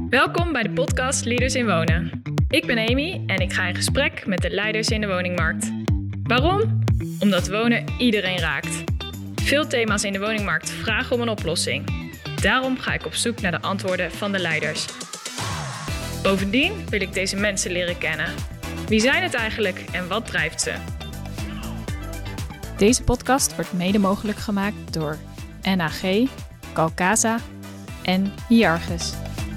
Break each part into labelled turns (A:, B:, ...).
A: Welkom bij de podcast Leaders in Wonen. Ik ben Amy en ik ga in gesprek met de leiders in de woningmarkt. Waarom? Omdat wonen iedereen raakt. Veel thema's in de woningmarkt vragen om een oplossing. Daarom ga ik op zoek naar de antwoorden van de leiders. Bovendien wil ik deze mensen leren kennen. Wie zijn het eigenlijk en wat drijft ze? Deze podcast wordt mede mogelijk gemaakt door NAG, Calcasa en Hyarchus.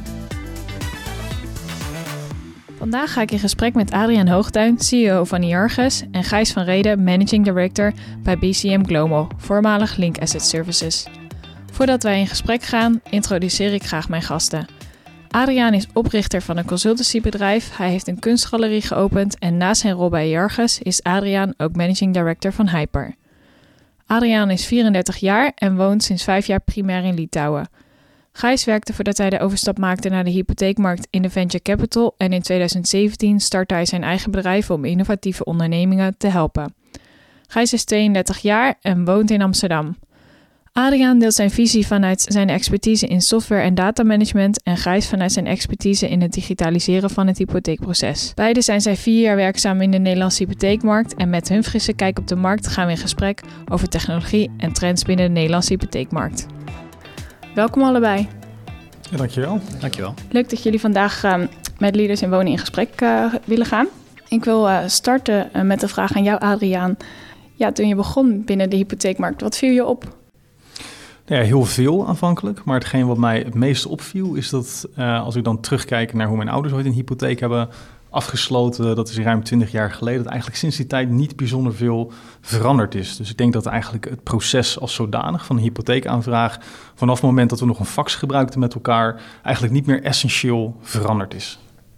A: Vandaag ga ik in gesprek met Adriaan Hoogtuin, CEO van Hyarchus, en Gijs van Rheden, Managing Director bij BCM Global, voormalig Link Asset Services. Voordat wij in gesprek gaan, introduceer ik graag mijn gasten. Adriaan is oprichter van een consultancybedrijf, hij heeft een kunstgalerie geopend en naast zijn rol bij Hyarchus is Adriaan ook Managing Director van Hyper. Adriaan is 34 jaar en woont sinds 5 jaar primair in Litouwen. Gijs werkte voordat hij de overstap maakte naar de hypotheekmarkt in de venture capital en in 2017 startte hij zijn eigen bedrijf om innovatieve ondernemingen te helpen. Gijs is 32 jaar en woont in Amsterdam. Adriaan deelt zijn visie vanuit zijn expertise in software en datamanagement en Gijs vanuit zijn expertise in het digitaliseren van het hypotheekproces. Beide zijn zij 4 jaar werkzaam in de Nederlandse hypotheekmarkt en met hun frisse kijk op de markt gaan we in gesprek over technologie en trends binnen de Nederlandse hypotheekmarkt. Welkom allebei.
B: Ja, dankjewel.
C: Dankjewel.
A: Leuk dat jullie vandaag met Leaders in Wonen in gesprek willen gaan. Ik wil starten met de vraag aan jou, Adriaan. Ja, toen je begon binnen de hypotheekmarkt, wat viel je op?
B: Ja, heel veel aanvankelijk, maar hetgeen wat mij het meeste opviel is dat als ik dan terugkijk naar hoe mijn ouders ooit een hypotheek hebben afgesloten, dat is ruim 20 jaar geleden, dat eigenlijk sinds die tijd niet bijzonder veel veranderd is. Dus ik denk dat eigenlijk het proces als zodanig van een hypotheekaanvraag vanaf het moment dat we nog een fax gebruikten met elkaar eigenlijk niet meer essentieel veranderd is.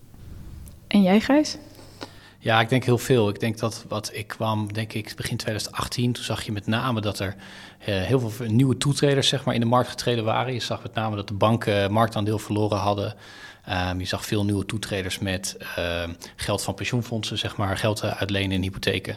A: En jij, Gijs?
C: Ja, ik denk heel veel. Ik denk dat ik kwam, begin 2018, toen zag je met name dat er heel veel nieuwe toetreders in de markt getreden waren. Je zag met name dat de banken marktaandeel verloren hadden. Je zag veel nieuwe toetreders met geld van pensioenfondsen, geld uitlenen in hypotheken.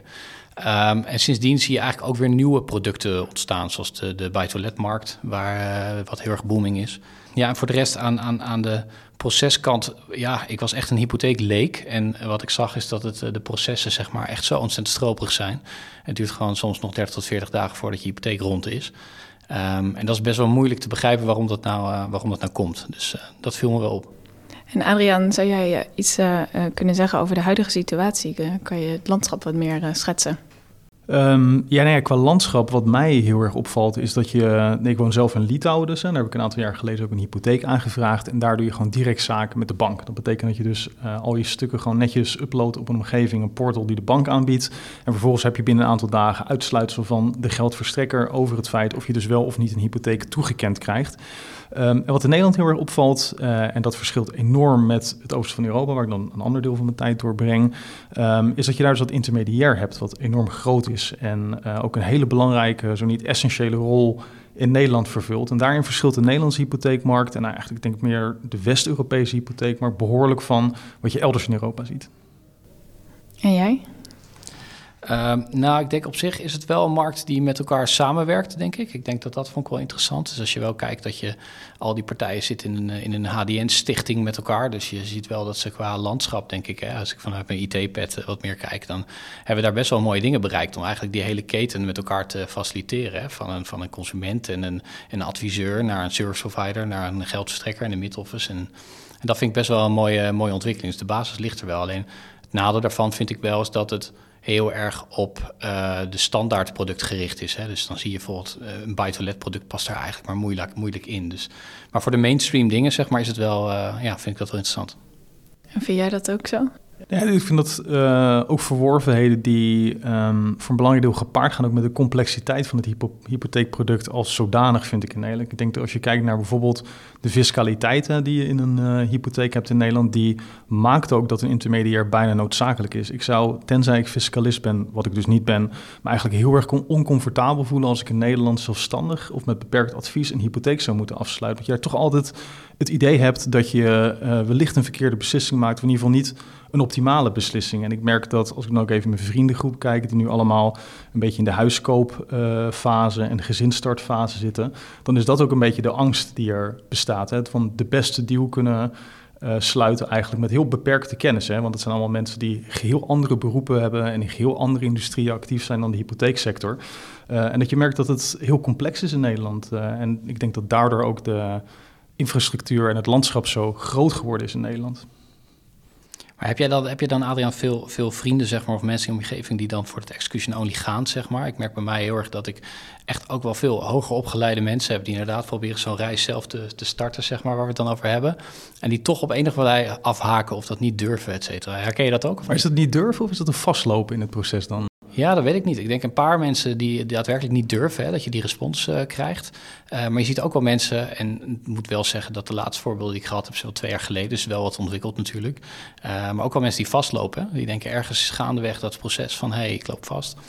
C: En sindsdien zie je eigenlijk ook weer nieuwe producten ontstaan, zoals de buy-to-let-markt, wat heel erg booming is. Ja, en voor de rest aan de proceskant, ja, ik was echt een hypotheekleek. En wat ik zag is dat de processen echt zo ontzettend stroperig zijn. Het duurt gewoon soms nog 30 tot 40 dagen voordat je hypotheek rond is. En dat is best wel moeilijk te begrijpen waarom dat nou komt. Dus dat viel me wel op.
A: En Adriaan, zou jij iets kunnen zeggen over de huidige situatie? Kan je het landschap wat meer schetsen?
B: Qua landschap, wat mij heel erg opvalt, is dat ik woon zelf in Litouwen dus. En daar heb ik een aantal jaar geleden ook een hypotheek aangevraagd. En daar doe je gewoon direct zaken met de bank. Dat betekent dat je dus al je stukken gewoon netjes uploadt op een omgeving, een portal die de bank aanbiedt. En vervolgens heb je binnen een aantal dagen uitsluitsel van de geldverstrekker over het feit of je dus wel of niet een hypotheek toegekend krijgt. En wat in Nederland heel erg opvalt, en dat verschilt enorm met het oosten van Europa, waar ik dan een ander deel van mijn tijd doorbreng, is dat je daar dus dat intermediair hebt, wat enorm groot is en ook een hele belangrijke, zo niet essentiële rol in Nederland vervult. En daarin verschilt de Nederlandse hypotheekmarkt en eigenlijk denk ik meer de West-Europese hypotheekmarkt behoorlijk van wat je elders in Europa ziet.
A: En jij?
C: Ik denk op zich is het wel een markt die met elkaar samenwerkt, denk ik. Ik denk dat vond ik wel interessant. Dus als je wel kijkt dat je al die partijen zitten in een HDN-stichting met elkaar. Dus je ziet wel dat ze qua landschap, denk ik, als ik vanuit mijn IT-pad wat meer kijk, dan hebben we daar best wel mooie dingen bereikt om eigenlijk die hele keten met elkaar te faciliteren. Hè? Van een consument en een adviseur naar een service provider, naar een geldverstrekker en een mid-office. En dat vind ik best wel een mooie ontwikkeling. Dus de basis ligt er wel. Alleen het nadeel daarvan vind ik wel is dat het heel erg op de standaard product gericht is. Hè? Dus dan zie je bijvoorbeeld een buy-to-let product past daar eigenlijk maar moeilijk in. Dus, maar voor de mainstream dingen, is het wel, vind ik dat wel interessant.
A: En vind jij dat ook zo?
B: Ja, ik vind dat ook verworvenheden die voor een belangrijk deel gepaard gaan ook met de complexiteit van het hypotheekproduct als zodanig, vind ik in Nederland. Ik denk dat als je kijkt naar bijvoorbeeld de fiscaliteit die je in een hypotheek hebt in Nederland, die maakt ook dat een intermediair bijna noodzakelijk is. Ik zou, tenzij ik fiscalist ben, wat ik dus niet ben, maar eigenlijk heel erg oncomfortabel voelen als ik in Nederland zelfstandig of met beperkt advies een hypotheek zou moeten afsluiten. Want je toch altijd het idee hebt dat je wellicht een verkeerde beslissing maakt, of in ieder geval niet een optimale beslissing. En ik merk dat als ik dan ook even mijn vriendengroep kijk, die nu allemaal een beetje in de huiskoopfase en de gezinsstartfase zitten, dan is dat ook een beetje de angst die er bestaat. Hè? Van de beste deal kunnen sluiten eigenlijk met heel beperkte kennis. Hè? Want het zijn allemaal mensen die geheel andere beroepen hebben en in geheel andere industrieën actief zijn dan de hypotheeksector. En dat je merkt dat het heel complex is in Nederland. En ik denk dat daardoor ook de infrastructuur en het landschap zo groot geworden is in Nederland.
C: Maar heb je dan Adriaan, veel vrienden, zeg maar, of mensen in de omgeving die dan voor het execution only gaan, zeg maar? Ik merk bij mij heel erg dat ik echt ook wel veel hoger opgeleide mensen heb die inderdaad proberen zo'n reis zelf te starten, zeg maar, waar we het dan over hebben. En die toch op enige manier afhaken of dat niet durven, et cetera. Herken je dat ook?
B: Maar is dat niet durven of is dat een vastlopen in het proces dan?
C: Ja, dat weet ik niet. Ik denk een paar mensen die daadwerkelijk niet durven, hè, dat je die respons krijgt. Maar je ziet ook wel mensen, en ik moet wel zeggen dat de laatste voorbeelden die ik gehad heb, zo 2 jaar geleden, dus wel wat ontwikkeld natuurlijk. Maar ook wel mensen die vastlopen. Hè. Die denken ergens gaandeweg dat proces van, ik loop vast.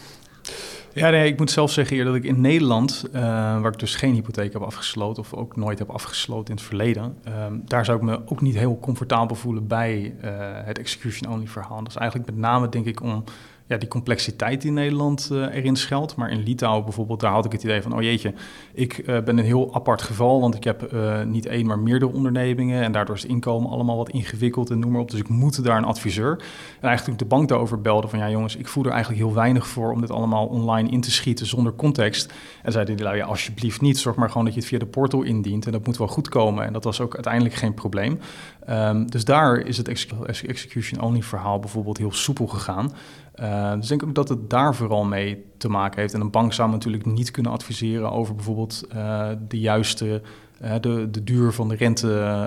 B: Ja, nee, ik moet zelf zeggen hier dat ik in Nederland, waar ik dus geen hypotheek heb afgesloten of ook nooit heb afgesloten in het verleden, daar zou ik me ook niet heel comfortabel voelen bij het execution-only verhaal. Dat is eigenlijk met name, denk ik, om die complexiteit die in Nederland erin schuilt. Maar in Litouwen bijvoorbeeld, daar had ik het idee van, oh jeetje, ik ben een heel apart geval, want ik heb niet 1, maar meerdere ondernemingen en daardoor is het inkomen allemaal wat ingewikkeld en noem maar op. Dus ik moet daar een adviseur. En eigenlijk toen ik de bank daarover belde van, ja jongens, ik voel er eigenlijk heel weinig voor om dit allemaal online in te schieten zonder context. En zeiden die lui, alsjeblieft niet, zorg maar gewoon dat je het via de portal indient en dat moet wel goed komen. En dat was ook uiteindelijk geen probleem. Dus daar is het execution-only verhaal bijvoorbeeld heel soepel gegaan. Dus ik denk ook dat het daar vooral mee te maken heeft. En een bank zou natuurlijk niet kunnen adviseren over bijvoorbeeld de juiste, de duur van de rente,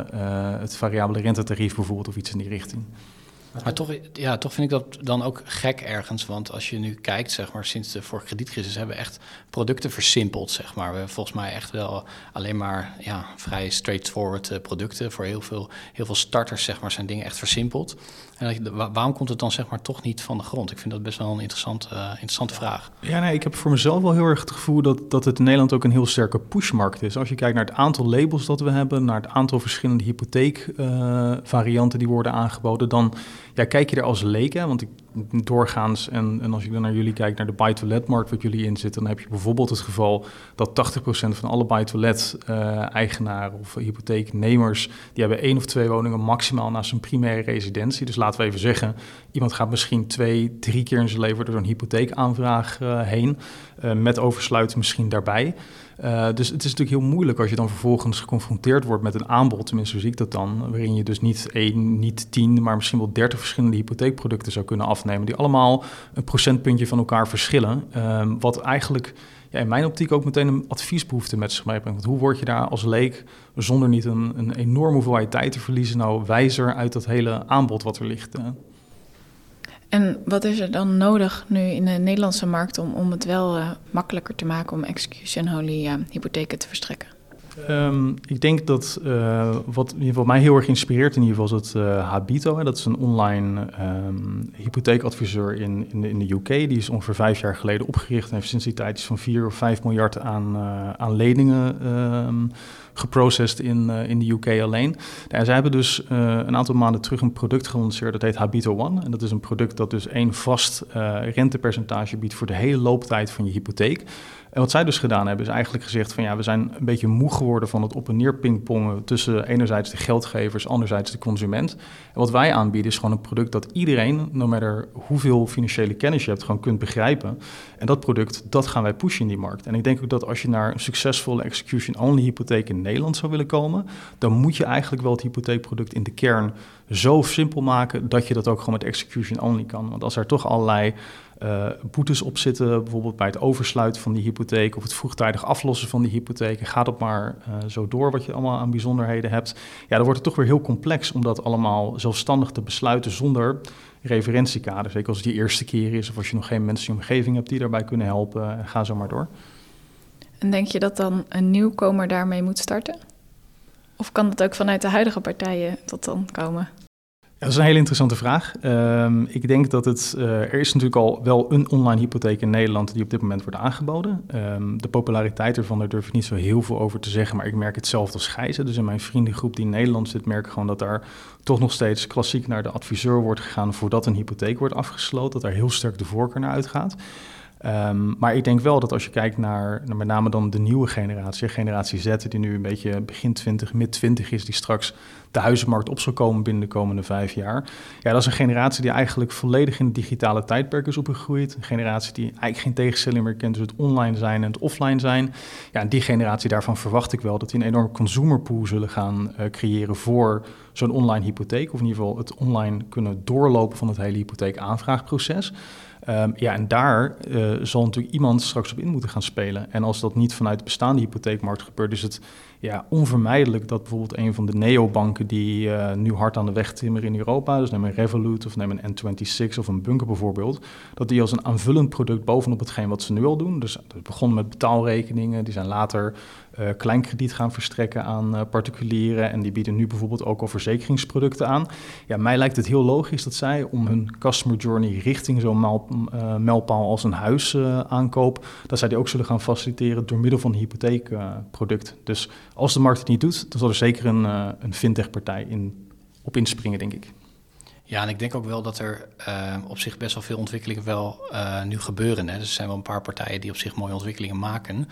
B: het variabele rentetarief bijvoorbeeld of iets in die richting.
C: Maar toch vind ik dat dan ook gek ergens. Want als je nu kijkt, zeg maar, sinds de vorige kredietcrisis hebben we echt producten versimpeld, zeg maar. We hebben volgens mij echt wel alleen maar vrij straightforward producten. Voor heel veel starters, zeg maar, zijn dingen echt versimpeld. En waarom komt het dan, zeg maar, toch niet van de grond? Ik vind dat best wel een interessante vraag.
B: Ja, nee, ik heb voor mezelf wel heel erg het gevoel dat het in Nederland ook een heel sterke pushmarkt is. Als je kijkt naar het aantal labels dat we hebben, naar het aantal verschillende hypotheekvarianten die worden aangeboden, dan kijk je er als leek, hè? Want doorgaans, en als ik dan naar jullie kijk, naar de buy-to-let-markt wat jullie in zitten, dan heb je bijvoorbeeld het geval dat 80% van alle buy-to-let-eigenaren of hypotheeknemers, die hebben 1 of 2 woningen maximaal naast zijn primaire residentie. Dus laten we even zeggen, iemand gaat misschien 2, 3 keer in zijn leven door zo'n hypotheekaanvraag heen, met oversluiten misschien daarbij. Dus het is natuurlijk heel moeilijk als je dan vervolgens geconfronteerd wordt met een aanbod, tenminste zo zie ik dat dan, waarin je dus niet 1, niet 10, maar misschien wel 30 verschillende hypotheekproducten zou kunnen afnemen, die allemaal een procentpuntje van elkaar verschillen. Wat eigenlijk in mijn optiek ook meteen een adviesbehoefte met zich meebrengt. Want hoe word je daar als leek, zonder niet een enorme hoeveelheid tijd te verliezen, nou wijzer uit dat hele aanbod wat er ligt?
A: En wat is er dan nodig nu in de Nederlandse markt om het wel makkelijker te maken om execution-only hypotheken te verstrekken?
B: Ik denk dat wat in ieder geval mij heel erg inspireert, in ieder geval is het Habito. Hè. Dat is een online hypotheekadviseur in de UK. Die is ongeveer 5 jaar geleden opgericht en heeft sinds die tijd iets van 4 of 5 miljard aan leningen geprocessed in de UK alleen. En zij hebben dus een aantal maanden terug een product gelanceerd, dat heet Habito One. En dat is een product dat dus 1 vast rentepercentage biedt voor de hele looptijd van je hypotheek. En wat zij dus gedaan hebben, is eigenlijk gezegd van we zijn een beetje moe geworden van het op en neer pingpongen tussen enerzijds de geldgevers, anderzijds de consument. En wat wij aanbieden is gewoon een product dat iedereen, no matter hoeveel financiële kennis je hebt, gewoon kunt begrijpen. En dat product, dat gaan wij pushen in die markt. En ik denk ook dat als je naar een succesvolle execution-only hypotheek in Nederland zou willen komen, dan moet je eigenlijk wel het hypotheekproduct in de kern zo simpel maken dat je dat ook gewoon met execution-only kan. Want als er toch allerlei boetes op zitten, bijvoorbeeld bij het oversluiten van die hypotheek of het vroegtijdig aflossen van die hypotheek, gaat het maar zo door wat je allemaal aan bijzonderheden hebt. Ja, dan wordt het toch weer heel complex om dat allemaal zelfstandig te besluiten zonder referentiekader. Zeker als het die eerste keer is of als je nog geen mensen in je omgeving hebt die daarbij kunnen helpen, ga zo maar door.
A: En denk je dat dan een nieuwkomer daarmee moet starten? Of kan dat ook vanuit de huidige partijen tot dan komen?
B: Ja, dat is een hele interessante vraag. Ik denk dat er is natuurlijk al wel een online hypotheek in Nederland die op dit moment wordt aangeboden. De populariteit ervan, daar durf ik niet zo heel veel over te zeggen, maar ik merk het zelf als Gijs. Dus in mijn vriendengroep die in Nederland zit, merk ik gewoon dat daar toch nog steeds klassiek naar de adviseur wordt gegaan voordat een hypotheek wordt afgesloten. Dat daar heel sterk de voorkeur naar uitgaat. Maar ik denk wel dat als je kijkt naar met name dan de nieuwe generatie Z, die nu een beetje begin 20, mid 20 is, die straks de huizenmarkt op zal komen binnen de komende 5 jaar. Ja, dat is een generatie die eigenlijk volledig in het digitale tijdperk is opgegroeid. Een generatie die eigenlijk geen tegenstelling meer kent tussen het online zijn en het offline zijn. Ja, en die generatie, daarvan verwacht ik wel dat die een enorme consumerpool zullen gaan creëren voor zo'n online hypotheek. Of in ieder geval het online kunnen doorlopen van het hele hypotheekaanvraagproces. En daar zal natuurlijk iemand straks op in moeten gaan spelen. En als dat niet vanuit de bestaande hypotheekmarkt gebeurt, is het onvermijdelijk dat bijvoorbeeld een van de neobanken die nu hard aan de weg timmeren in Europa, dus neem een Revolut of neem een N26 of een Bunker bijvoorbeeld, dat die als een aanvullend product bovenop hetgeen wat ze nu al doen. Dus het begon met betaalrekeningen, die zijn later kleinkrediet gaan verstrekken aan particulieren en die bieden nu bijvoorbeeld ook al verzekeringsproducten aan. Ja, mij lijkt het heel logisch dat zij om hun customer journey richting zo'n mijlpaal als een huis aankoop, dat zij die ook zullen gaan faciliteren door middel van een hypotheekproduct. Dus als de markt het niet doet, dan zal er zeker een fintech-partij op inspringen, denk ik.
C: Ja, en ik denk ook wel dat er op zich best wel veel ontwikkelingen wel nu gebeuren. Hè. Dus er zijn wel een paar partijen die op zich mooie ontwikkelingen maken.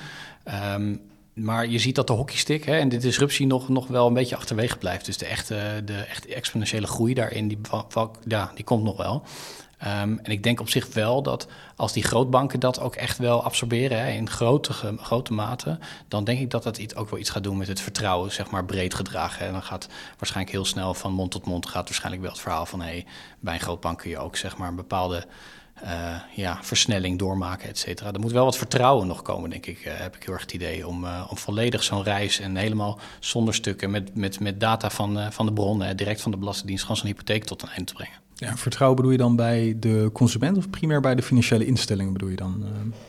C: Maar je ziet dat de hockeystick en de disruptie nog wel een beetje achterwege blijft. Dus de echte exponentiële groei daarin, die komt nog wel. En ik denk op zich wel dat als die grootbanken dat ook echt wel absorberen in grote mate, dan denk ik dat dat ook wel iets gaat doen met het vertrouwen, zeg maar breed gedragen. En dan gaat waarschijnlijk heel snel van mond tot mond gaat waarschijnlijk wel het verhaal van bij een grootbank kun je ook zeg maar een bepaalde versnelling doormaken, et cetera. Er moet wel wat vertrouwen nog komen, denk ik, heb ik heel erg het idee, om volledig zo'n reis en helemaal zonder stukken met data van de bron, direct van de Belastingdienst, gewoon zo'n hypotheek tot een einde te brengen.
B: Ja, vertrouwen bedoel je dan bij de consument of primair bij de financiële instellingen bedoel je dan?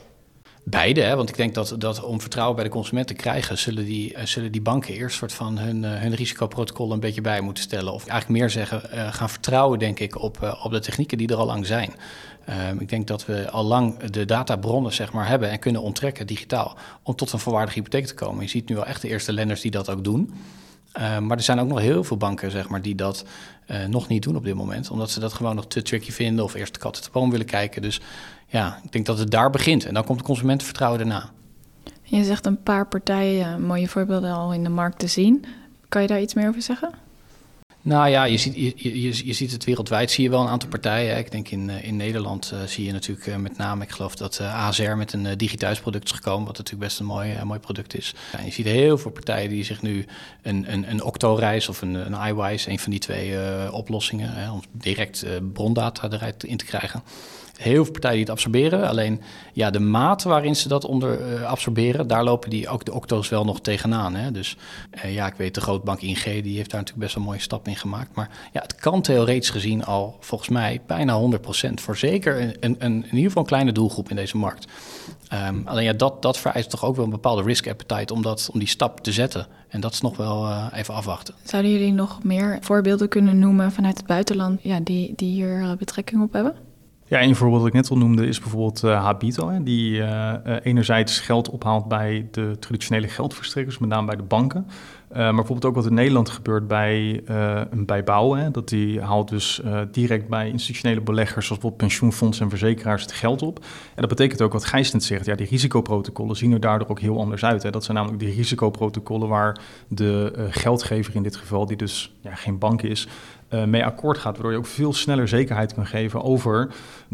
C: Beide, want ik denk dat om vertrouwen bij de consument te krijgen, zullen die banken eerst soort van hun risicoprotocol een beetje bij moeten stellen. Of eigenlijk meer zeggen, gaan vertrouwen denk ik op de technieken die er al lang zijn. Ik denk dat we al lang de databronnen zeg maar hebben en kunnen onttrekken digitaal om tot een volwaardige hypotheek te komen. Je ziet nu wel echt de eerste lenders die dat ook doen. Maar er zijn ook nog heel veel banken zeg maar, die dat nog niet doen op dit moment. Omdat ze dat gewoon nog te tricky vinden of eerst de kat uit de boom willen kijken. Dus ja, ik denk dat het daar begint. En dan komt het consumentenvertrouwen daarna.
A: Je zegt een paar partijen, mooie voorbeelden al in de markt te zien. Kan je daar iets meer over zeggen?
C: Nou ja, je ziet het wereldwijd, zie je wel een aantal partijen. Ik denk in Nederland zie je natuurlijk met name, ik geloof dat ASR met een digithuisproduct is gekomen, wat natuurlijk best een mooi product is. En je ziet heel veel partijen die zich nu een Octo-reis of een iWise, een van die twee oplossingen, om direct brondata eruit in te krijgen. Heel veel partijen die het absorberen. Alleen ja, de mate waarin ze dat absorberen, daar lopen ook de Octo's wel nog tegenaan. Hè? Dus ik weet, de grootbank ING, die heeft daar natuurlijk best wel een mooie stap in gemaakt. Maar ja, het kan theoretisch gezien al volgens mij bijna 100% voor zeker in ieder geval een kleine doelgroep in deze markt. Alleen ja, dat vereist toch ook wel een bepaalde risk appetite om die stap te zetten. En dat is nog wel even afwachten.
A: Zouden jullie nog meer voorbeelden kunnen noemen vanuit het buitenland die hier betrekking op hebben?
B: Ja, een voorbeeld dat ik net al noemde is bijvoorbeeld Habito, die enerzijds geld ophaalt bij de traditionele geldverstrekkers, met name bij de banken. Maar bijvoorbeeld ook wat in Nederland gebeurt bij een bijbouw. Dat die haalt dus direct bij institutionele beleggers, zoals bijvoorbeeld pensioenfondsen en verzekeraars, het geld op. En dat betekent ook wat Gijs net zegt. Ja, die risicoprotocollen zien er daardoor ook heel anders uit. Hè. Dat zijn namelijk die risicoprotocollen waar de geldgever in dit geval, die dus geen bank is, mee akkoord gaat, waardoor je ook veel sneller zekerheid kan geven over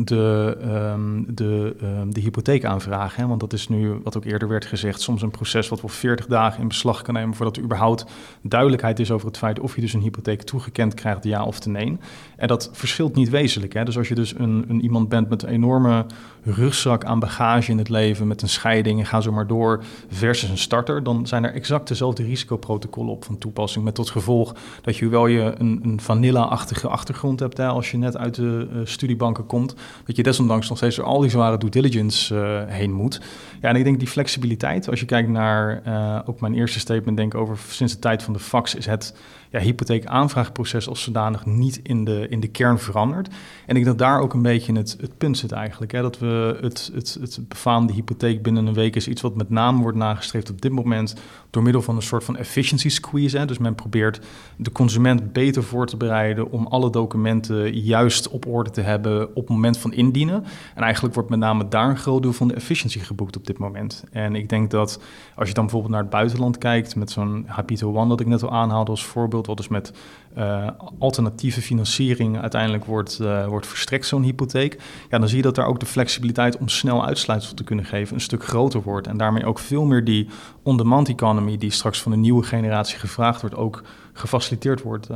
B: de hypotheekaanvraag. Hè? Want dat is nu, wat ook eerder werd gezegd, soms een proces wat wel 40 dagen in beslag kan nemen voordat er überhaupt duidelijkheid is over het feit of je dus een hypotheek toegekend krijgt, ja of nee. En dat verschilt niet wezenlijk. Hè? Dus als je dus iemand bent met een enorme rugzak aan bagage in het leven, met een scheiding en ga zo maar door, versus een starter, dan zijn er exact dezelfde risicoprotocollen op van toepassing, met tot gevolg dat je, hoewel je een vanilla-achtige achtergrond hebt, hè, als je net uit de studiebanken komt, dat je desondanks nog steeds door al die zware due diligence heen moet. Ja, en ik denk die flexibiliteit, als je kijkt naar ook mijn eerste statement, denk over sinds de tijd van de fax, is het hypotheekaanvraagproces als zodanig niet in de kern verandert. En ik denk dat daar ook een beetje het punt zit eigenlijk. Hè? Dat we het befaamde hypotheek binnen een week is iets wat met name wordt nagestreefd op dit moment door middel van een soort van efficiency squeeze. Hè? Dus men probeert de consument beter voor te bereiden om alle documenten juist op orde te hebben op het moment van indienen. En eigenlijk wordt met name daar een groot deel van de efficiëntie geboekt op dit moment. En ik denk dat als je dan bijvoorbeeld naar het buitenland kijkt met zo'n Habito One dat ik net al aanhaalde als voorbeeld, wat dus met alternatieve financiering uiteindelijk wordt verstrekt, zo'n hypotheek, dan zie je dat daar ook de flexibiliteit om snel uitsluitsel te kunnen geven een stuk groter wordt. En daarmee ook veel meer die on-demand economy die straks van de nieuwe generatie gevraagd wordt, ook gefaciliteerd wordt.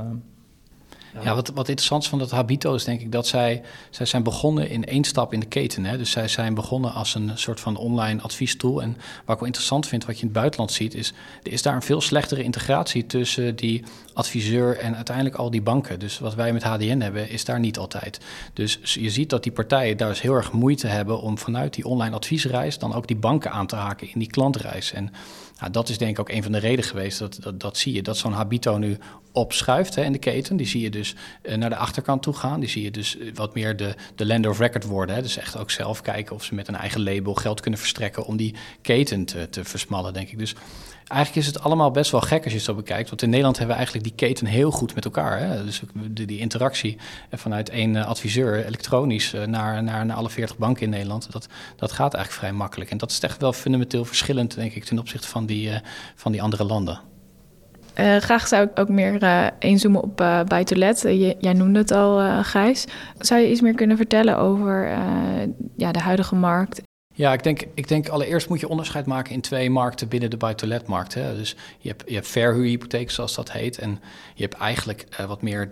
C: Ja, wat interessant is van dat Habito is denk ik dat zij zijn begonnen in één stap in de keten. Hè? Dus zij zijn begonnen als een soort van online adviestool. En wat ik wel interessant vind, wat je in het buitenland ziet, is er is daar een veel slechtere integratie tussen die adviseur en uiteindelijk al die banken. Dus wat wij met HDN hebben, is daar niet altijd. Dus je ziet dat die partijen daar dus heel erg moeite hebben om vanuit die online adviesreis dan ook die banken aan te haken in die klantreis. En dat is denk ik ook een van de redenen geweest, dat zie je, dat zo'n Habito nu opschuift in de keten. Die zie je dus naar de achterkant toe gaan. Die zie je dus wat meer de lender of record worden. Hè. Dus echt ook zelf kijken of ze met een eigen label geld kunnen verstrekken om die keten te versmallen, denk ik. Dus eigenlijk is het allemaal best wel gek als je het zo bekijkt. Want in Nederland hebben we eigenlijk die keten heel goed met elkaar. Hè. Dus die interactie vanuit één adviseur elektronisch naar alle 40 banken in Nederland. Dat gaat eigenlijk vrij makkelijk. En dat is echt wel fundamenteel verschillend, denk ik, ten opzichte van die andere landen.
A: Graag zou ik ook meer inzoomen op Buy to Let. Jij noemde het al, Gijs. Zou je iets meer kunnen vertellen over de huidige markt?
C: Ja, ik denk allereerst moet je onderscheid maken in twee markten binnen de buy-to-let-markt. Hè. Dus je hebt verhuurhypotheek, zoals dat heet. En je hebt eigenlijk wat meer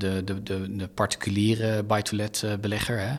C: de particuliere buy-to-let belegger. Hè.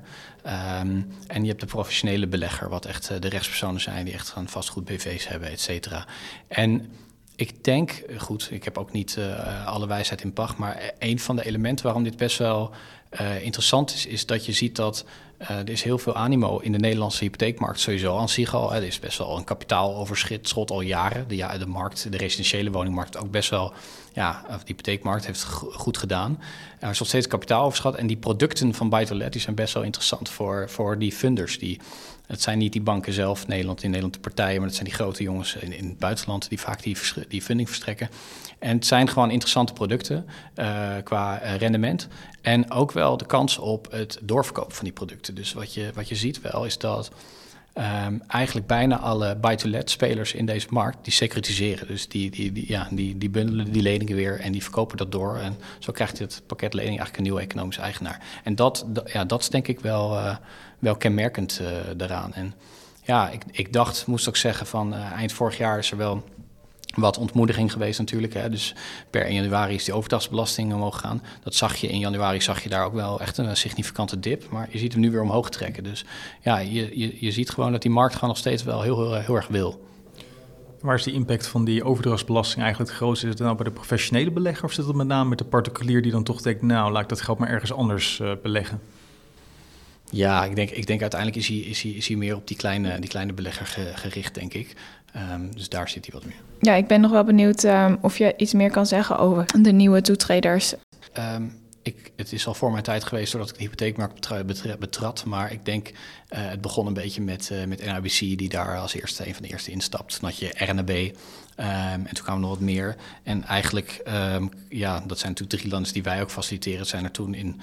C: En je hebt de professionele belegger, wat echt de rechtspersonen zijn die echt van vastgoed BV's hebben, et cetera. En ik denk, goed, ik heb ook niet alle wijsheid in pacht, maar een van de elementen waarom dit best wel interessant is dat je ziet dat er is heel veel animo in de Nederlandse hypotheekmarkt sowieso aan zich al. Er is best wel een kapitaaloverschot al jaren. De markt, de residentiële woningmarkt ook best wel, de hypotheekmarkt heeft goed gedaan. Er is nog steeds kapitaaloverschot en die producten van buy-to-let die zijn best wel interessant voor die funders. Het zijn niet die banken zelf, in Nederland de partijen, maar het zijn die grote jongens in het buitenland die vaak die funding verstrekken. En het zijn gewoon interessante producten qua rendement. En ook wel de kans op het doorverkopen van die producten. Dus wat je ziet wel is dat eigenlijk bijna alle buy-to-let spelers in deze markt die securitiseren. Dus die bundelen die leningen weer en die verkopen dat door. En zo krijgt het pakket lening eigenlijk een nieuwe economische eigenaar. En dat is denk ik wel kenmerkend daaraan. En ik moest ook zeggen van eind vorig jaar is er wel wat ontmoediging geweest natuurlijk. Hè. Dus per 1 januari is die overdrachtsbelasting omhoog gegaan. Dat zag je in januari, daar ook wel echt een significante dip. Maar je ziet hem nu weer omhoog trekken. Dus je ziet gewoon dat die markt gewoon nog steeds wel heel erg wil.
B: Waar is die impact van die overdrachtsbelasting eigenlijk het grootste? Is het nou bij de professionele belegger of zit het met name met de particulier die dan toch denkt, nou, laat ik dat geld maar ergens anders beleggen?
C: Ja, ik denk uiteindelijk is hij meer op die kleine belegger gericht, denk ik. Dus daar zit hij wat meer.
A: Ja, ik ben nog wel benieuwd of je iets meer kan zeggen over de nieuwe toetreders.
C: Het is al voor mijn tijd geweest doordat ik de hypotheekmarkt betrad. Maar ik denk, het begon een beetje met NIBC, die daar als eerste, een van de eerste instapt. Dan had je RNB en toen kwamen nog wat meer. En eigenlijk, dat zijn natuurlijk 3 lenders die wij ook faciliteren. Zijn er toen in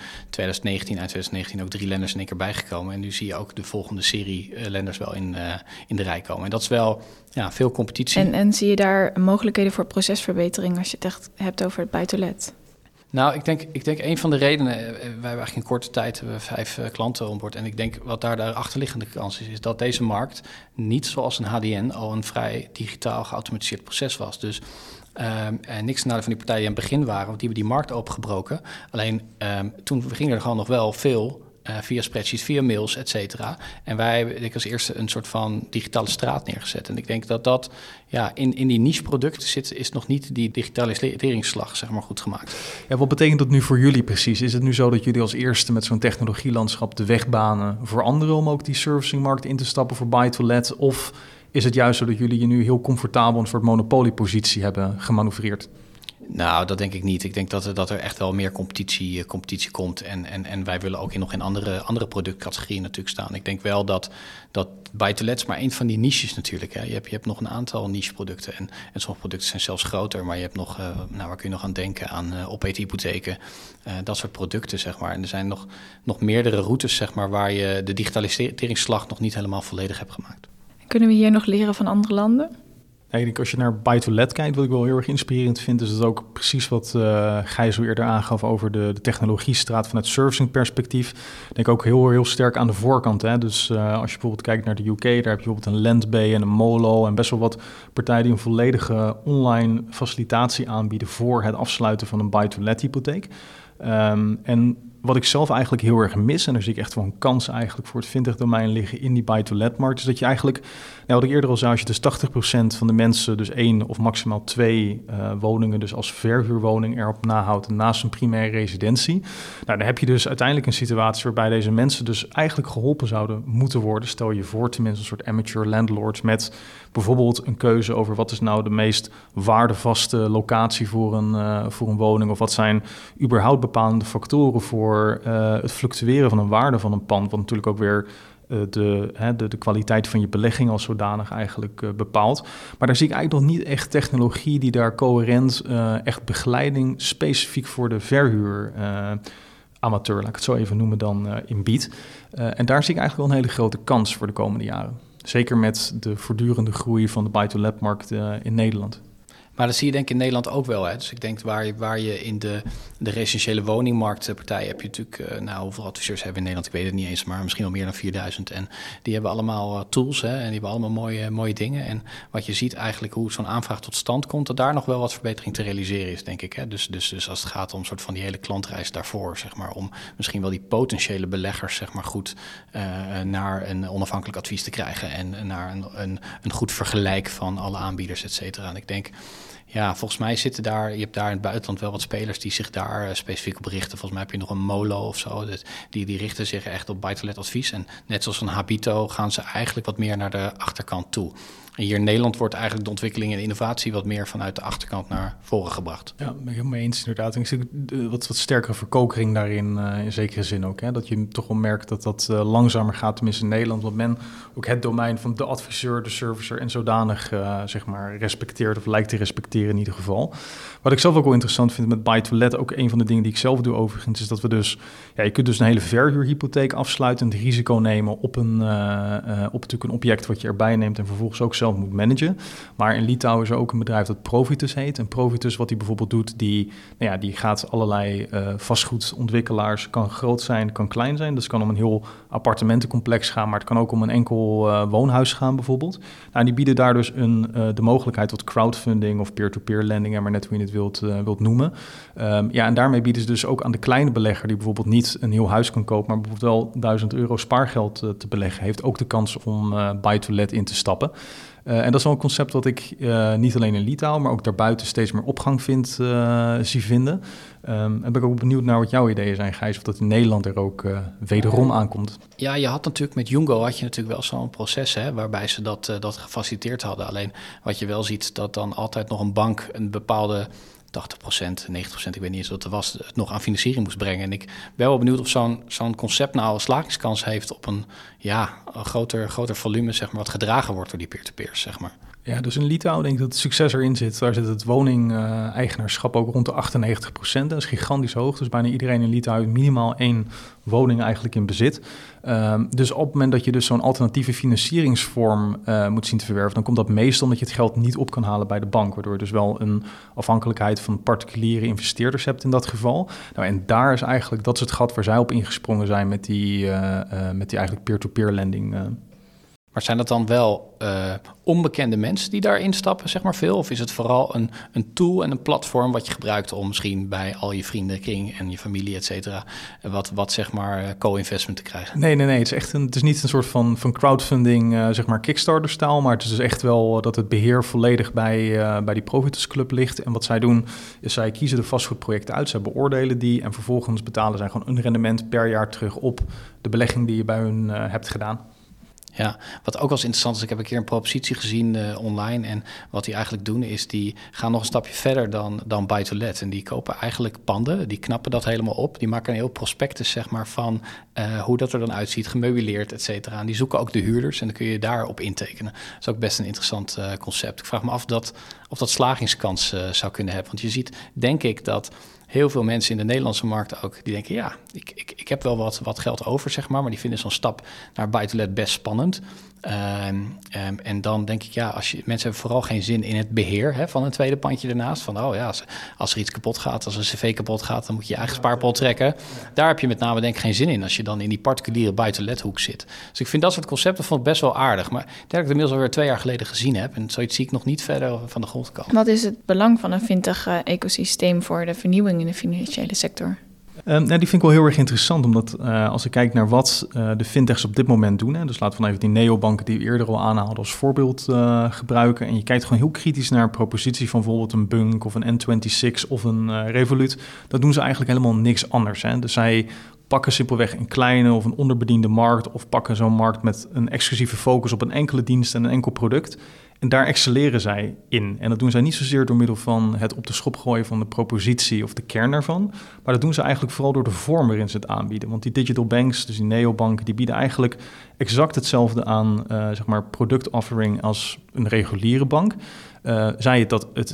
C: 2019 ook 3 lenders in één keer bijgekomen. En nu zie je ook de volgende serie lenders wel in de rij komen. En dat is wel veel competitie.
A: En zie je daar mogelijkheden voor procesverbetering als je het echt hebt over het buy-to-let?
C: Nou, ik denk een van de redenen, wij hebben eigenlijk in korte tijd 5 klanten onboord. En ik denk wat daar de achterliggende kans is dat deze markt niet zoals een HDN al een vrij digitaal geautomatiseerd proces was. Dus en niks nadeel van die partijen die aan het begin waren, want die hebben die markt opengebroken. Alleen toen gingen er gewoon nog wel veel via spreadsheets, via mails, et cetera. En wij hebben als eerste een soort van digitale straat neergezet. En ik denk dat in die niche producten zit, is nog niet die digitaliseringsslag, zeg maar, goed gemaakt.
B: Ja, wat betekent dat nu voor jullie precies? Is het nu zo dat jullie als eerste met zo'n technologielandschap de weg banen voor anderen om ook die servicingmarkt in te stappen voor buy-to-let? Of is het juist zo dat jullie je nu heel comfortabel een soort monopoliepositie hebben gemanoeuvreerd?
C: Nou, dat denk ik niet. Ik denk dat er echt wel meer competitie komt. En wij willen ook nog in andere productcategorieën natuurlijk staan. Ik denk wel dat buy-to-let is maar één van die niches natuurlijk. Hè. Je hebt nog een aantal nicheproducten. En sommige producten zijn zelfs groter. Maar je hebt nog, waar kun je nog aan denken? Aan opeethypotheken. Dat soort producten, zeg maar. En er zijn nog meerdere routes, zeg maar, waar je de digitaliseringsslag nog niet helemaal volledig hebt gemaakt.
A: Kunnen we hier nog leren van andere landen?
B: Ja, ik denk als je naar buy-to-let kijkt, wat ik wel heel erg inspirerend vind, is het ook precies wat Gijs al eerder aangaf over de technologiestraat vanuit servicing perspectief. Ik denk ook heel sterk aan de voorkant. Hè? Dus als je bijvoorbeeld kijkt naar de UK, daar heb je bijvoorbeeld een Lendbay en een Molo en best wel wat partijen die een volledige online facilitatie aanbieden voor het afsluiten van een buy-to-let hypotheek. En wat ik zelf eigenlijk heel erg mis, en daar zie ik echt wel een kans eigenlijk voor het fintech-domein liggen in die buy-to-let-markt, is dat je eigenlijk, wat ik eerder al zei, als je dus 80% van de mensen dus 1 of maximaal 2 woningen dus als verhuurwoning erop nahoudt naast een primaire residentie, dan heb je dus uiteindelijk een situatie waarbij deze mensen dus eigenlijk geholpen zouden moeten worden. Stel je voor tenminste een soort amateur landlords met bijvoorbeeld een keuze over wat is nou de meest waardevaste locatie voor een woning, of wat zijn überhaupt bepalende factoren voor het fluctueren van een waarde van een pand, wat natuurlijk ook weer de kwaliteit van je belegging als zodanig eigenlijk bepaalt. Maar daar zie ik eigenlijk nog niet echt technologie die daar coherent echt begeleiding specifiek voor de verhuur amateur, laat ik het zo even noemen, dan in biedt. En daar zie ik eigenlijk wel een hele grote kans voor de komende jaren. Zeker met de voortdurende groei van de buy-to-let-markt in Nederland.
C: Maar dat zie je denk ik in Nederland ook wel. Hè? Dus ik denk waar je in de residentiële woningmarktpartij heb je natuurlijk, hoeveel adviseurs hebben we in Nederland? Ik weet het niet eens, maar misschien wel meer dan 4000. En die hebben allemaal tools, hè? En die hebben allemaal mooie dingen. En wat je ziet eigenlijk hoe zo'n aanvraag tot stand komt, dat daar nog wel wat verbetering te realiseren is, denk ik. Hè? Dus als het gaat om soort van die hele klantreis daarvoor, zeg maar, om misschien wel die potentiële beleggers, zeg maar, goed naar een onafhankelijk advies te krijgen en naar een goed vergelijk van alle aanbieders, et cetera. En ik denk, ja, volgens mij je hebt daar in het buitenland wel wat spelers die zich daar specifiek op richten. Volgens mij heb je nog een Molo of zo. Die richten zich echt op buy-to-let advies. En net zoals een Habito gaan ze eigenlijk wat meer naar de achterkant toe. En hier in Nederland wordt eigenlijk de ontwikkeling en innovatie wat meer vanuit de achterkant naar voren gebracht. Ja,
B: ben ik helemaal mee eens inderdaad. En ik zie wat sterkere verkokering daarin in zekere zin ook. Hè? Dat je toch wel merkt dat langzamer gaat, tenminste in Nederland. Want men ook het domein van de adviseur, de servicer en zodanig zeg maar respecteert of lijkt te respecteren in ieder geval. Wat ik zelf ook wel interessant vind met buy-to-let, ook een van de dingen die ik zelf doe overigens, is dat we dus, je kunt dus een hele verhuurhypotheek afsluiten en het risico nemen op natuurlijk een object wat je erbij neemt en vervolgens ook zelf moet managen. Maar in Litouwen is er ook een bedrijf dat Provitus heet. En Provitus, wat hij bijvoorbeeld doet, die gaat allerlei vastgoedontwikkelaars, kan groot zijn, kan klein zijn. Dus het kan om een heel appartementencomplex gaan, maar het kan ook om een enkel woonhuis gaan bijvoorbeeld. Nou, en die bieden daar dus de mogelijkheid tot crowdfunding of peer-to-peer lending, maar net hoe je het wilt noemen. En daarmee bieden ze dus ook aan de kleine belegger, die bijvoorbeeld niet een heel huis kan kopen, maar bijvoorbeeld wel €1000 spaargeld te beleggen, heeft ook de kans om buy-to-let in te stappen. En dat is wel een concept wat ik niet alleen in Litouwen, maar ook daarbuiten steeds meer opgang zie vinden. En ben ik ook benieuwd naar wat jouw ideeën zijn, Gijs, of dat in Nederland er ook wederom aankomt.
C: Ja, je had natuurlijk met Jungo had je natuurlijk wel zo'n proces, hè, waarbij ze dat gefaciliteerd hadden. Alleen wat je wel ziet, dat dan altijd nog een bank een bepaalde 80%, 90%, ik weet niet eens wat er was, het nog aan financiering moest brengen. En ik ben wel benieuwd of zo'n concept nou een slagingskans heeft op een groter volume, zeg maar, wat gedragen wordt door die peer-to-peers, zeg maar.
B: Ja, dus in Litouwen denk ik dat het succes erin zit. Daar zit het woningeigenaarschap ook rond de 98%. Dat is gigantisch hoog. Dus bijna iedereen in Litouwen heeft minimaal 1 woning eigenlijk in bezit. Dus op het moment dat je dus zo'n alternatieve financieringsvorm moet zien te verwerven, dan komt dat meestal omdat je het geld niet op kan halen bij de bank, waardoor je dus wel een afhankelijkheid van particuliere investeerders hebt in dat geval. Nou, en dat is het gat waar zij op ingesprongen zijn met die eigenlijk peer-to-peer lending.
C: Maar zijn dat dan wel onbekende mensen die daarin stappen, zeg maar, veel? Of is het vooral een tool en een platform wat je gebruikt om misschien bij al je vriendenkring en je familie, et cetera, wat zeg maar co-investment te krijgen? Nee.
B: Het is niet een soort van crowdfunding, zeg maar Kickstarter-stijl, maar het is dus echt wel dat het beheer volledig bij die Provitus Club ligt. En wat zij doen, is zij kiezen de vastgoedprojecten uit, zij beoordelen die en vervolgens betalen zij gewoon een rendement per jaar terug op de belegging die je bij hun hebt gedaan.
C: Ja, wat ook wel eens interessant is, ik heb een keer een propositie gezien online. En wat die eigenlijk doen is, die gaan nog een stapje verder dan buy-to-let. En die kopen eigenlijk panden, die knappen dat helemaal op. Die maken een heel prospectus, zeg maar, van hoe dat er dan uitziet, gemeubileerd, et cetera. En die zoeken ook de huurders en dan kun je daarop intekenen. Dat is ook best een interessant concept. Ik vraag me af of dat slagingskans zou kunnen hebben. Want je ziet, denk ik, dat heel veel mensen in de Nederlandse markt ook, die denken, ja, ik heb wel wat geld over, zeg maar die vinden zo'n stap naar buy-to-let best spannend. En dan denk ik, ja, mensen hebben vooral geen zin in het beheer van een tweede pandje ernaast. Van, oh ja, als er iets kapot gaat, als een cv kapot gaat, dan moet je je eigen spaarpot trekken. Daar heb je met name denk ik geen zin in, als je dan in die particuliere buy-to-let hoek zit. Dus ik vind dat soort concepten vond ik best wel aardig. Maar ik denk dat ik het inmiddels alweer 2 jaar geleden gezien heb. En zoiets zie ik nog niet verder van de grond komen.
A: Wat is het belang van een fintech-ecosysteem voor de vernieuwing in de financiële sector?
B: Die vind ik wel heel erg interessant, omdat als ik kijk naar wat de fintechs op dit moment doen, dus laten we dan even die neobanken die we eerder al aanhaalden als voorbeeld gebruiken, en je kijkt gewoon heel kritisch naar een propositie van bijvoorbeeld een Bunk of een N26 of een Revolut, dat doen ze eigenlijk helemaal niks anders. Dus zij pakken simpelweg een kleine of een onderbediende markt of pakken zo'n markt met een exclusieve focus op een enkele dienst en een enkel product. En daar excelleren zij in. En dat doen zij niet zozeer door middel van het op de schop gooien van de propositie of de kern daarvan. Maar dat doen ze eigenlijk vooral door de vorm waarin ze het aanbieden. Want die digital banks, dus die neobanken, die bieden eigenlijk exact hetzelfde aan zeg maar product offering als een reguliere bank. Zij het dat het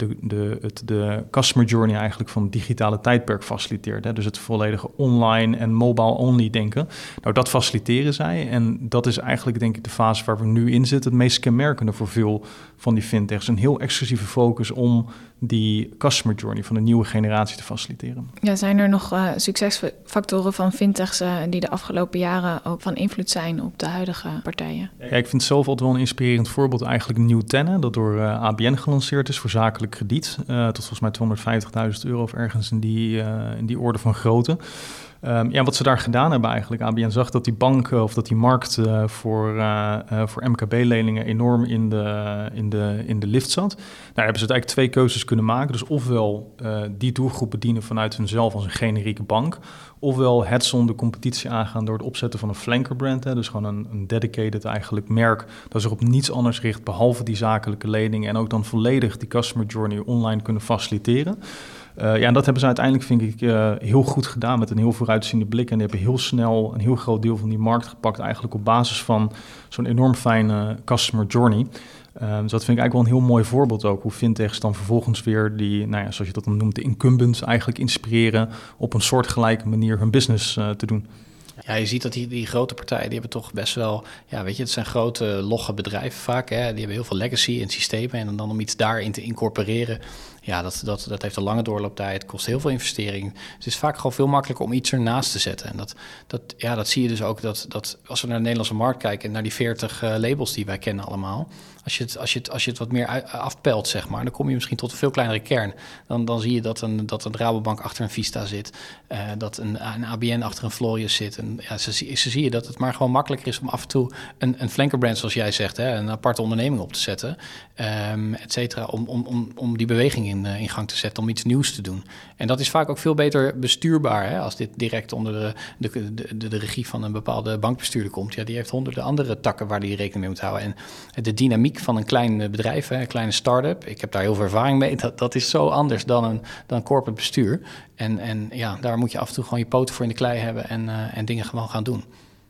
B: de customer journey eigenlijk van het digitale tijdperk faciliteert. Hè? Dus het volledige online en mobile only denken. Nou, dat faciliteren zij. En dat is eigenlijk denk ik de fase waar we nu in zitten. Het meest kenmerkende voor veel van die fintechs. Een heel exclusieve focus om die customer journey van de nieuwe generatie te faciliteren.
A: Ja, zijn er nog succesfactoren van fintechs die de afgelopen jaren ook van invloed zijn op de huidige partijen?
B: Ja, ik vind het zelf altijd wel een inspirerend voorbeeld eigenlijk New10, dat door ABN gelanceerd is voor zakelijk krediet. Tot volgens mij €250.000 of ergens in die orde van grootte. Wat ze daar gedaan hebben eigenlijk, ABN zag dat die bank of dat die markt voor MKB-leningen enorm in de lift zat. Daar hebben ze eigenlijk 2 keuzes kunnen maken. Dus ofwel die doelgroep bedienen vanuit hunzelf als een generieke bank, ofwel hands-on de competitie aangaan door het opzetten van een flankerbrand. Dus gewoon een dedicated eigenlijk merk dat zich op niets anders richt behalve die zakelijke leningen en ook dan volledig die customer journey online kunnen faciliteren. En dat hebben ze uiteindelijk, vind ik, heel goed gedaan met een heel vooruitziende blik. En die hebben heel snel een heel groot deel van die markt gepakt, eigenlijk op basis van zo'n enorm fijne customer journey. Dus dat vind ik eigenlijk wel een heel mooi voorbeeld ook, hoe fintechs dan vervolgens weer die, zoals je dat dan noemt, de incumbents eigenlijk inspireren op een soortgelijke manier hun business te doen.
C: Ja, je ziet dat die grote partijen, die hebben toch best wel, het zijn grote logge bedrijven vaak, hè. Die hebben heel veel legacy in systemen en dan om iets daarin te incorporeren, dat heeft een lange doorlooptijd, kost heel veel investering. Dus het is vaak gewoon veel makkelijker om iets ernaast te zetten. En dat zie je dus ook, dat als we naar de Nederlandse markt kijken, naar die 40 labels die wij kennen allemaal, als je het wat meer afpelt, zeg maar, dan kom je misschien tot een veel kleinere kern. Dan zie je dat een Rabobank achter een Vista zit, dat een ABN achter een Florius zit. En zo zie je dat het maar gewoon makkelijker is om af en toe een flankerbrand, zoals jij zegt, hè, een aparte onderneming op te zetten, et cetera, om die beweging in gang te zetten, om iets nieuws te doen. En dat is vaak ook veel beter bestuurbaar, hè, als dit direct onder de regie van een bepaalde bankbestuurder komt. Ja, die heeft honderden andere takken waar die rekening mee moet houden. En de dynamiek van een klein bedrijf, een kleine start-up, ik heb daar heel veel ervaring mee, dat is zo anders dan corporate bestuur. En daar moet je af en toe gewoon je poten voor in de klei hebben en dingen gewoon gaan doen.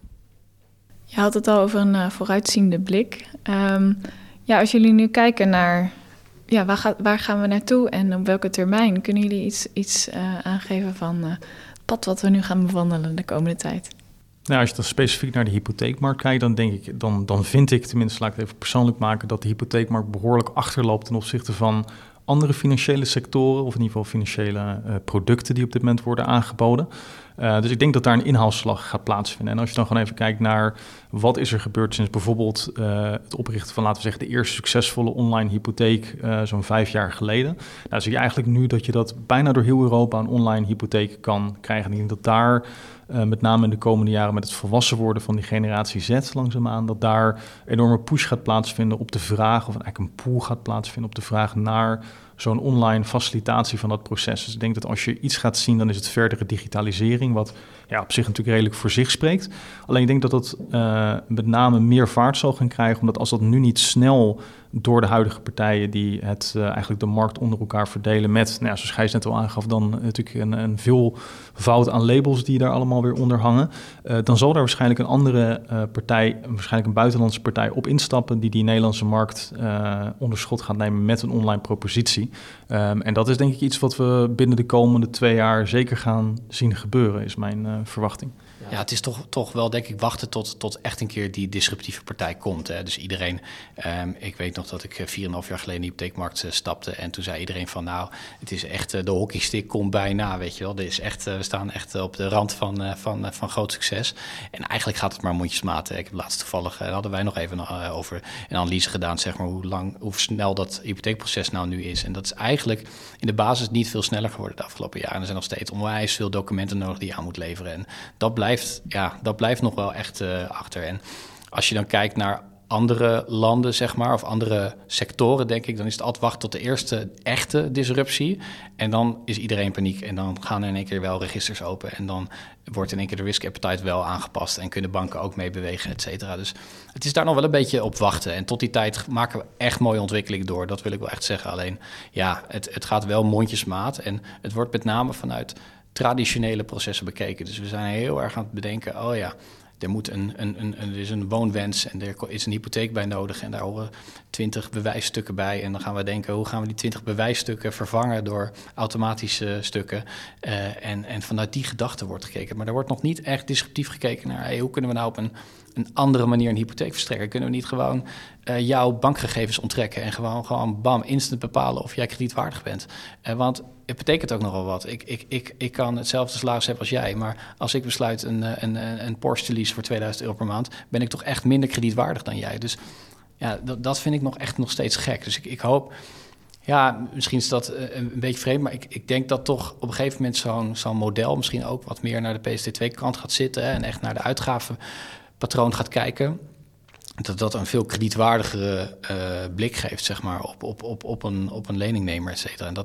A: Je had het al over een vooruitziende blik. Als jullie nu kijken naar waar gaan we naartoe en op welke termijn, kunnen jullie iets aangeven van het pad wat we nu gaan bewandelen de komende tijd?
B: Nou, als je dan specifiek naar de hypotheekmarkt kijkt, dan vind ik, tenminste laat ik het even persoonlijk maken, dat de hypotheekmarkt behoorlijk achterloopt ten opzichte van andere financiële sectoren, of in ieder geval financiële producten die op dit moment worden aangeboden. Dus ik denk dat daar een inhaalslag gaat plaatsvinden. En als je dan gewoon even kijkt naar wat is er gebeurd sinds bijvoorbeeld het oprichten van, laten we zeggen, de eerste succesvolle online hypotheek zo'n 5 jaar geleden. Nou, zie je eigenlijk nu dat je dat bijna door heel Europa een online hypotheek kan krijgen. En ik denk dat daar met name in de komende jaren met het volwassen worden van die generatie Z langzaamaan, dat daar enorme push gaat plaatsvinden op de vraag, of eigenlijk een pool gaat plaatsvinden op de vraag naar zo'n online facilitatie van dat proces. Dus ik denk dat als je iets gaat zien, dan is het verdere digitalisering, wat op zich natuurlijk redelijk voor zich spreekt. Alleen ik denk dat dat met name meer vaart zal gaan krijgen, omdat als dat nu niet snel door de huidige partijen die het eigenlijk de markt onder elkaar verdelen met, zoals Gijs net al aangaf, dan natuurlijk een veelvoud aan labels die daar allemaal weer onder hangen. Dan zal daar waarschijnlijk een andere partij, waarschijnlijk een buitenlandse partij op instappen die Nederlandse markt onder schot gaat nemen met een online propositie. En dat is denk ik iets wat we binnen de komende 2 jaar zeker gaan zien gebeuren, is mijn verwachting.
C: Ja, het is toch wel, denk ik, wachten tot echt een keer die disruptieve partij komt. Hè. Dus iedereen, ik weet nog dat ik 4,5 jaar geleden in de hypotheekmarkt stapte. En toen zei iedereen van, het is echt, de hockeystick komt bijna, weet je wel. Dit is echt, we staan echt op de rand van groot succes. En eigenlijk gaat het maar mondjesmaat. Ik heb laatst toevallig, hadden wij nog even over een analyse gedaan, zeg maar, hoe snel dat hypotheekproces nou nu is. En dat is eigenlijk in de basis niet veel sneller geworden de afgelopen jaren. Er zijn nog steeds onwijs veel documenten nodig die je aan moet leveren. En dat blijft nog wel echt achter. En als je dan kijkt naar andere landen, zeg maar, of andere sectoren, denk ik, dan is het altijd wachten tot de eerste echte disruptie. En dan is iedereen in paniek. En dan gaan er in één keer wel registers open. En dan wordt in één keer de risk appetite wel aangepast. En kunnen banken ook mee bewegen, et cetera. Dus het is daar nog wel een beetje op wachten. En tot die tijd maken we echt mooie ontwikkeling door. Dat wil ik wel echt zeggen. Alleen, het gaat wel mondjesmaat. En het wordt met name vanuit traditionele processen bekeken. Dus we zijn heel erg aan het bedenken, er moet er is een woonwens en er is een hypotheek bij nodig en daar horen 20 bewijsstukken bij. En dan gaan we denken, hoe gaan we die 20 bewijsstukken vervangen door automatische stukken? En vanuit die gedachte wordt gekeken. Maar er wordt nog niet echt disruptief gekeken naar, hoe kunnen we nou op een andere manier een hypotheek verstrekken? Kunnen we niet gewoon jouw bankgegevens onttrekken en gewoon bam, instant bepalen of jij kredietwaardig bent? Want het betekent ook nogal wat. Ik kan hetzelfde salaris hebben als jij, maar als ik besluit een Porsche te leasen voor €2000 per maand, ben ik toch echt minder kredietwaardig dan jij. Dus dat vind ik nog steeds gek. Dus ik hoop, misschien is dat een beetje vreemd, maar ik denk dat toch op een gegeven moment zo'n model misschien ook wat meer naar de PSD2-kant gaat zitten en echt naar de uitgavenpatroon gaat kijken. Dat een veel kredietwaardigere blik geeft, zeg maar, op een leningnemer, et cetera. En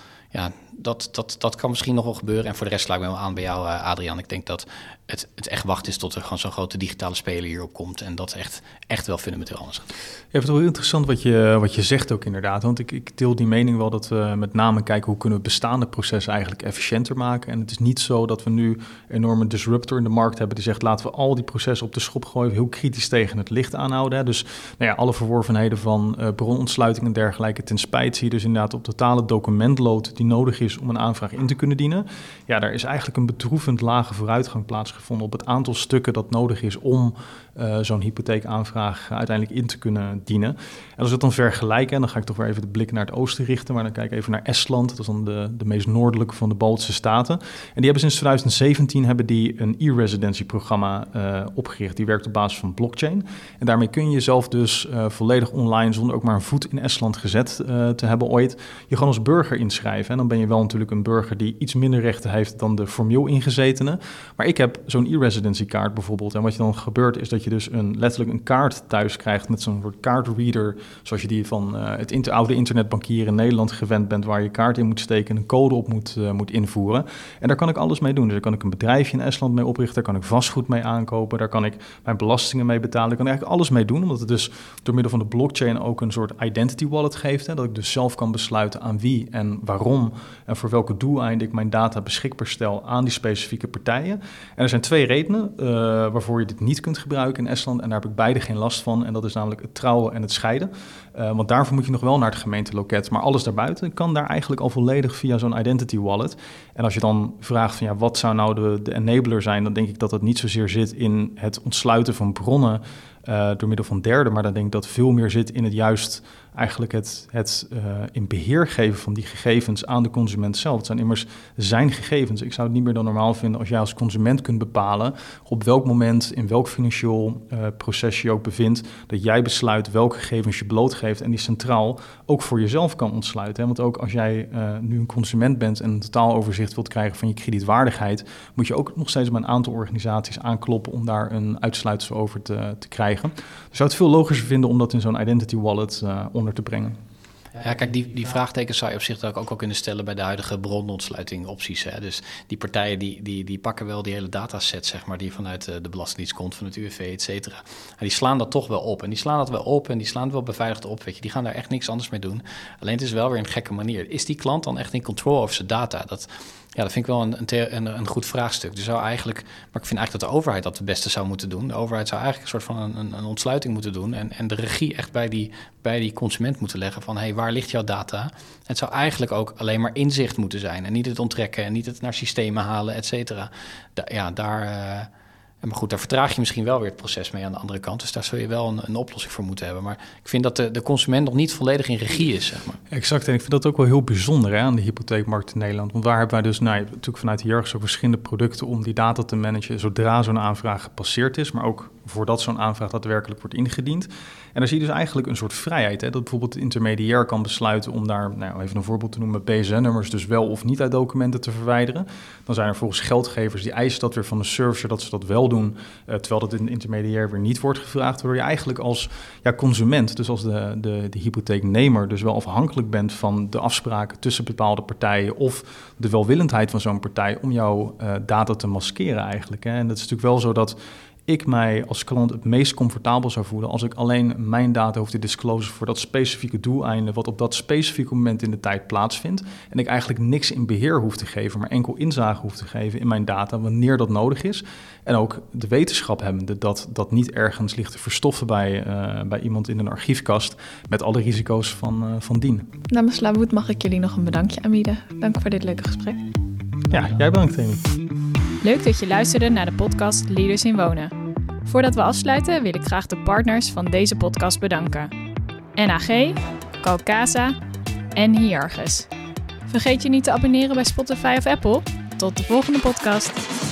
C: dat kan misschien nog wel gebeuren. En voor de rest sluit ik me wel aan bij jou, Adriaan. Ik denk dat het echt wacht is tot er gewoon zo'n grote digitale speler hierop komt. En dat echt wel fundamenteel anders gaat.
B: Ja, het is wel heel interessant wat je zegt ook inderdaad. Want ik deel die mening wel dat we met name kijken hoe kunnen we bestaande processen eigenlijk efficiënter maken. En het is niet zo dat we nu een enorme disruptor in de markt hebben die zegt laten we al die processen op de schop gooien, heel kritisch tegen het licht aanhouden. Hè. Dus alle verworvenheden van bronontsluiting en dergelijke ten spijt zie je dus inderdaad op totale documentload die nodig is om een aanvraag in te kunnen dienen. Ja, daar is eigenlijk een bedroevend lage vooruitgang plaatsgevonden op het aantal stukken dat nodig is om zo'n hypotheekaanvraag uiteindelijk in te kunnen dienen. En als we het dan vergelijken, dan ga ik toch weer even de blik naar het oosten richten, maar dan kijk ik even naar Estland, dat is dan de meest noordelijke van de Baltische staten. En die hebben sinds 2017 een e-residency-programma opgericht. Die werkt op basis van blockchain. En daarmee kun je jezelf dus volledig online, zonder ook maar een voet in Estland gezet te hebben ooit, je gewoon als burger inschrijven. En dan ben je wel natuurlijk een burger die iets minder rechten heeft dan de formeel ingezetene. Maar ik heb zo'n e-residency kaart bijvoorbeeld. En wat je dan gebeurt is dat je dus letterlijk een kaart thuis krijgt met zo'n soort kaartreader, zoals je die van het oude internetbankieren in Nederland gewend bent, waar je kaart in moet steken en een code op moet invoeren. En daar kan ik alles mee doen. Dus daar kan ik een bedrijfje in Estland mee oprichten, daar kan ik vastgoed mee aankopen, daar kan ik mijn belastingen mee betalen, daar kan ik eigenlijk alles mee doen, omdat het dus door middel van de blockchain ook een soort identity wallet geeft, hè, dat ik dus zelf kan besluiten aan wie en waarom en voor welke doeleinden ik mijn data beschikbaar stel aan die specifieke partijen. En er zijn 2 redenen waarvoor je dit niet kunt gebruiken in Estland en daar heb ik beide geen last van. En dat is namelijk het trouwen en het scheiden. Want daarvoor moet je nog wel naar het gemeenteloket. Maar alles daarbuiten kan daar eigenlijk al volledig via zo'n identity wallet. En als je dan vraagt van wat zou nou de enabler zijn, dan denk ik dat het niet zozeer zit in het ontsluiten van bronnen door middel van derden, maar dan denk ik dat veel meer zit in het juist eigenlijk het in beheer geven van die gegevens aan de consument zelf. Het zijn immers zijn gegevens. Ik zou het niet meer dan normaal vinden als jij als consument kunt bepalen op welk moment, in welk financieel proces je ook bevindt, dat jij besluit welke gegevens je blootgeeft en die centraal ook voor jezelf kan ontsluiten. Hè? Want ook als jij nu een consument bent en een totaaloverzicht wilt krijgen van je kredietwaardigheid, moet je ook nog steeds bij een aantal organisaties aankloppen om daar een uitsluitsel over te krijgen. Dus ik zou het veel logischer vinden om dat in zo'n identity wallet onder te brengen.
C: Ja, kijk, die vraagtekens zou je op zich ook wel kunnen stellen bij de huidige bronontsluiting opties. Hè. Dus die partijen die pakken wel die hele dataset, zeg maar, die vanuit de Belastingdienst komt, van het UWV, et cetera. En die slaan dat toch wel op. En die slaan het wel beveiligd op, weet je. Die gaan daar echt niks anders mee doen. Alleen het is wel weer een gekke manier. Is die klant dan echt in control over zijn data? Dat vind ik wel een goed vraagstuk. Dus maar ik vind eigenlijk dat de overheid dat het beste zou moeten doen. De overheid zou eigenlijk een soort van een ontsluiting moeten doen en de regie echt bij die consument moeten leggen van, hey, waar ligt jouw data? Het zou eigenlijk ook alleen maar inzicht moeten zijn en niet het onttrekken en niet het naar systemen halen, et cetera. Maar goed, daar vertraag je misschien wel weer het proces mee aan de andere kant. Dus daar zul je wel een oplossing voor moeten hebben. Maar ik vind dat de consument nog niet volledig in regie is, zeg maar.
B: Exact, en ik vind dat ook wel heel bijzonder aan de hypotheekmarkt in Nederland. Want waar hebben wij dus, natuurlijk vanuit Hyarchus ook verschillende producten om die data te managen zodra zo'n aanvraag gepasseerd is, maar ook voordat zo'n aanvraag daadwerkelijk wordt ingediend. En dan zie je dus eigenlijk een soort vrijheid. Hè? Dat bijvoorbeeld de intermediair kan besluiten om daar, even een voorbeeld te noemen, BSN-nummers dus wel of niet uit documenten te verwijderen. Dan zijn er volgens geldgevers die eisen dat weer van de servicer dat ze dat wel doen, terwijl dat in de intermediair weer niet wordt gevraagd. Waardoor je eigenlijk als consument, dus als de hypotheeknemer, dus wel afhankelijk bent van de afspraken tussen bepaalde partijen of de welwillendheid van zo'n partij om jouw data te maskeren eigenlijk. Hè? En dat is natuurlijk wel zo dat ik mij als klant het meest comfortabel zou voelen als ik alleen mijn data hoef te disclosen voor dat specifieke doeleinde wat op dat specifieke moment in de tijd plaatsvindt. En ik eigenlijk niks in beheer hoef te geven, maar enkel inzage hoef te geven in mijn data wanneer dat nodig is. En ook de wetenschap hebbende dat niet ergens ligt te verstoffen bij iemand in een archiefkast met alle risico's van dien.
A: Namens Slaboet mag ik jullie nog een bedankje aanbieden. Dank voor dit leuke gesprek.
B: Ja, jij bedankt, Amy.
A: Leuk dat je luisterde naar de podcast Leaders in Wonen. Voordat we afsluiten wil ik graag de partners van deze podcast bedanken. NAG, Calcasa en Hyarchus. Vergeet je niet te abonneren bij Spotify of Apple. Tot de volgende podcast.